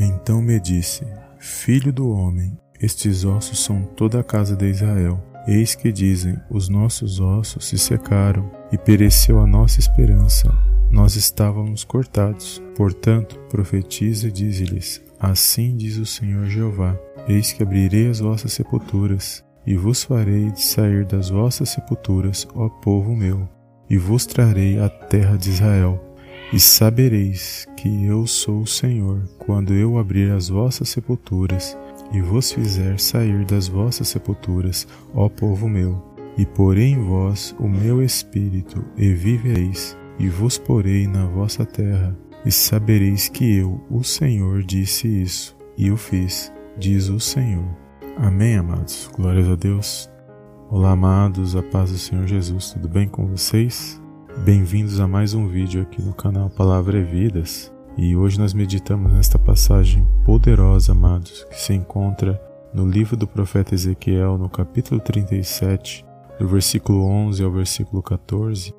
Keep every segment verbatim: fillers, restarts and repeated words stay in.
Então me disse: Filho do homem, estes ossos são toda a casa de Israel. Eis que dizem: os nossos ossos se secaram, e pereceu a nossa esperança. Nós estávamos cortados. Portanto, profetiza e dize-lhes: assim diz o Senhor Jeová: eis que abrirei as vossas sepulturas, e vos farei de sair das vossas sepulturas, ó povo meu, e vos trarei a terra de Israel. E sabereis que eu sou o Senhor, quando eu abrir as vossas sepulturas, e vos fizer sair das vossas sepulturas, ó povo meu, e porei em vós o meu espírito, e vivereis, e vos porei na vossa terra, e sabereis que eu, o Senhor, disse isso, e o fiz, diz o Senhor. Amém, amados? Glórias a Deus. Olá, amados, a paz do Senhor Jesus, tudo bem com vocês? Bem-vindos a mais um vídeo aqui no canal Palavra e Vidas. E hoje nós meditamos nesta passagem poderosa, amados, que se encontra no livro do profeta Ezequiel, no capítulo trinta e sete, do versículo onze ao versículo quatorze,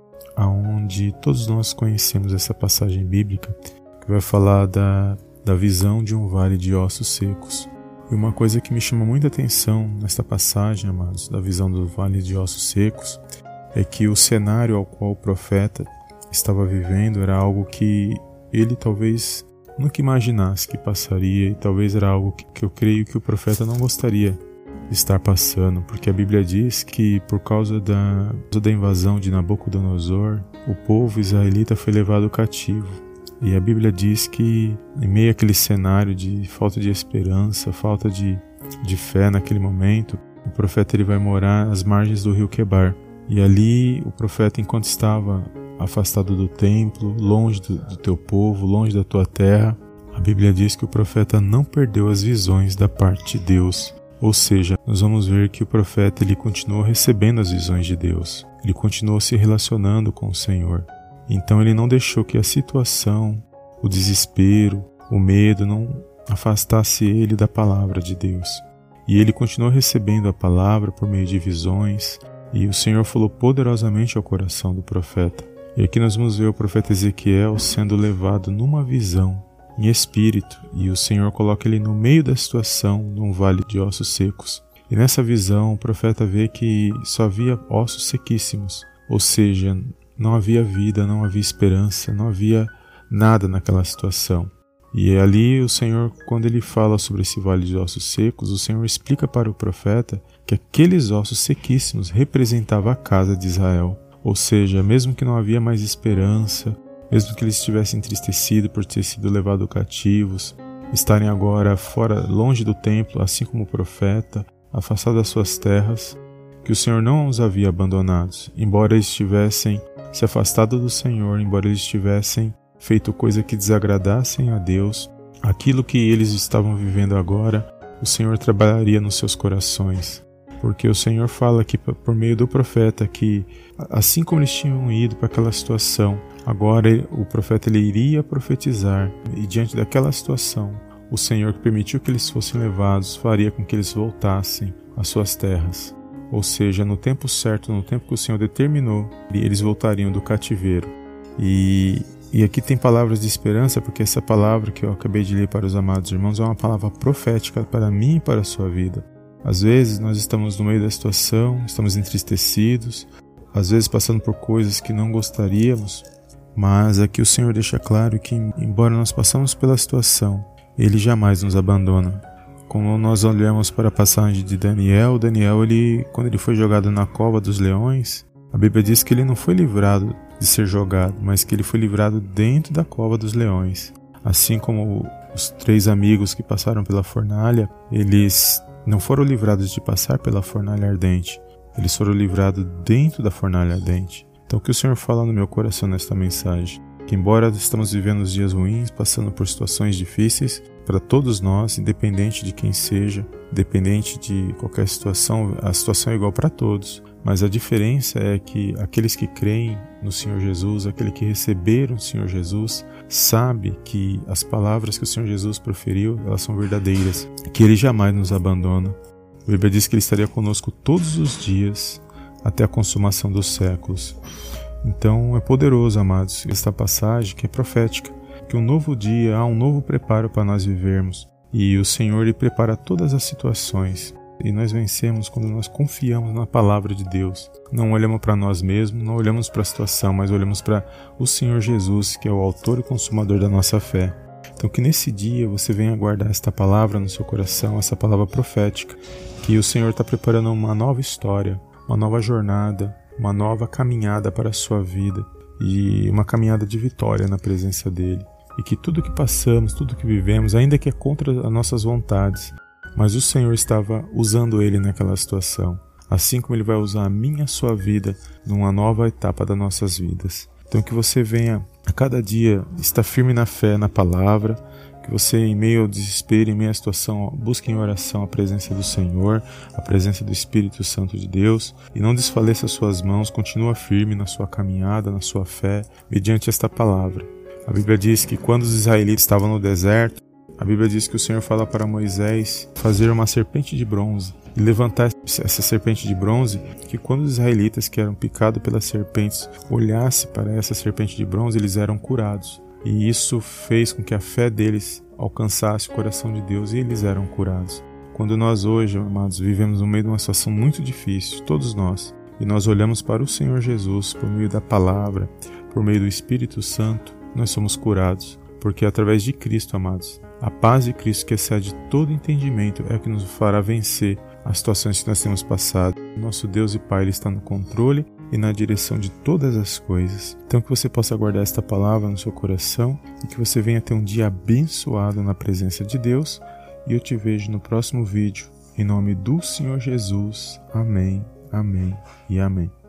aonde todos nós conhecemos essa passagem bíblica, que vai falar da, da visão de um vale de ossos secos. E uma coisa que me chama muita atenção nesta passagem, amados, da visão do vale de ossos secos, é que o cenário ao qual o profeta estava vivendo era algo que ele talvez nunca imaginasse que passaria, e talvez era algo que, que eu creio que o profeta não gostaria de estar passando, porque a Bíblia diz que por causa da, da invasão de Nabucodonosor, o povo israelita foi levado cativo. E a Bíblia diz que em meio àquele cenário de falta de esperança, falta de, de fé naquele momento, o profeta ele vai morar às margens do rio Quebar. E ali o profeta, enquanto estava afastado do templo, longe do, do teu povo, longe da tua terra, a Bíblia diz que o profeta não perdeu as visões da parte de Deus. Ou seja, nós vamos ver que o profeta ele continuou recebendo as visões de Deus. Ele continuou se relacionando com o Senhor. Então ele não deixou que a situação, o desespero, o medo não afastasse ele da palavra de Deus. E ele continuou recebendo a palavra por meio de visões. E o Senhor falou poderosamente ao coração do profeta. E aqui nós vamos ver o profeta Ezequiel sendo levado numa visão, em espírito. E o Senhor coloca ele no meio da situação, num vale de ossos secos. E nessa visão o profeta vê que só havia ossos sequíssimos. Ou seja, não havia vida, não havia esperança, não havia nada naquela situação. E ali o Senhor, quando ele fala sobre esse vale de ossos secos, o Senhor explica para o profeta que aqueles ossos sequíssimos representavam a casa de Israel. Ou seja, mesmo que não havia mais esperança, mesmo que eles estivessem entristecidos por ter sido levados cativos, estarem agora fora, longe do templo, assim como o profeta, afastados das suas terras, que o Senhor não os havia abandonados, embora eles tivessem se afastado do Senhor, embora eles tivessem feito coisa que desagradassem a Deus, aquilo que eles estavam vivendo agora, o Senhor trabalharia nos seus corações. Porque o Senhor fala aqui por meio do profeta que, assim como eles tinham ido para aquela situação, agora o profeta ele iria profetizar, e diante daquela situação, o Senhor que permitiu que eles fossem levados, faria com que eles voltassem às suas terras. Ou seja, no tempo certo, no tempo que o Senhor determinou, eles voltariam do cativeiro. E, e aqui tem palavras de esperança, porque essa palavra que eu acabei de ler para os amados irmãos é uma palavra profética para mim e para a sua vida. Às vezes nós estamos no meio da situação, estamos entristecidos, às vezes passando por coisas que não gostaríamos, mas aqui o Senhor deixa claro que, embora nós passamos pela situação, Ele jamais nos abandona. Como nós olhamos para a passagem de Daniel, Daniel, ele, quando ele foi jogado na cova dos leões, a Bíblia diz que ele não foi livrado de ser jogado, mas que ele foi livrado dentro da cova dos leões. Assim como os três amigos que passaram pela fornalha, eles não foram livrados de passar pela fornalha ardente, eles foram livrados dentro da fornalha ardente. Então o que o Senhor fala no meu coração nesta mensagem? Que embora estamos vivendo os dias ruins, passando por situações difíceis, para todos nós, independente de quem seja, independente de qualquer situação, a situação é igual para todos. Mas a diferença é que aqueles que creem no Senhor Jesus, aqueles que receberam o Senhor Jesus, sabe que as palavras que o Senhor Jesus proferiu, elas são verdadeiras, que Ele jamais nos abandona. A Bíblia diz que Ele estaria conosco todos os dias, até a consumação dos séculos. Então é poderoso, amados, esta passagem que é profética. que um novo dia há um novo preparo para nós vivermos. E o Senhor Ele prepara todas as situações. E nós vencemos quando nós confiamos na palavra de Deus. Não olhamos para nós mesmos, não olhamos para a situação, mas olhamos para o Senhor Jesus, que é o autor e consumador da nossa fé. Então que nesse dia você venha guardar esta palavra no seu coração, essa palavra profética, que o Senhor está preparando uma nova história, uma nova jornada, uma nova caminhada para a sua vida e uma caminhada de vitória na presença dEle. E que tudo que passamos, tudo que vivemos, ainda que é contra as nossas vontades, mas o Senhor estava usando ele naquela situação, assim como Ele vai usar a minha e a sua vida numa nova etapa das nossas vidas. Então que você venha a cada dia estar firme na fé, na palavra, que você em meio ao desespero, em meio à situação, busque em oração a presença do Senhor, a presença do Espírito Santo de Deus, e não desfaleça suas mãos, continua firme na sua caminhada, na sua fé, mediante esta palavra. A Bíblia diz que quando os israelitas estavam no deserto, a Bíblia diz que o Senhor fala para Moisés fazer uma serpente de bronze e levantar essa serpente de bronze, que quando os israelitas que eram picados pelas serpentes olhassem para essa serpente de bronze, eles eram curados. E isso fez com que a fé deles alcançasse o coração de Deus e eles eram curados. Quando nós hoje, amados, vivemos no meio de uma situação muito difícil, todos nós, e nós olhamos para o Senhor Jesus por meio da palavra, por meio do Espírito Santo, nós somos curados. Porque através de Cristo, amados, a paz de Cristo que excede todo entendimento é o que nos fará vencer as situações que nós temos passado. Nosso Deus e Pai Ele está no controle e na direção de todas as coisas. Então que você possa guardar esta palavra no seu coração e que você venha ter um dia abençoado na presença de Deus. E eu te vejo no próximo vídeo. Em nome do Senhor Jesus. Amém, amém e amém.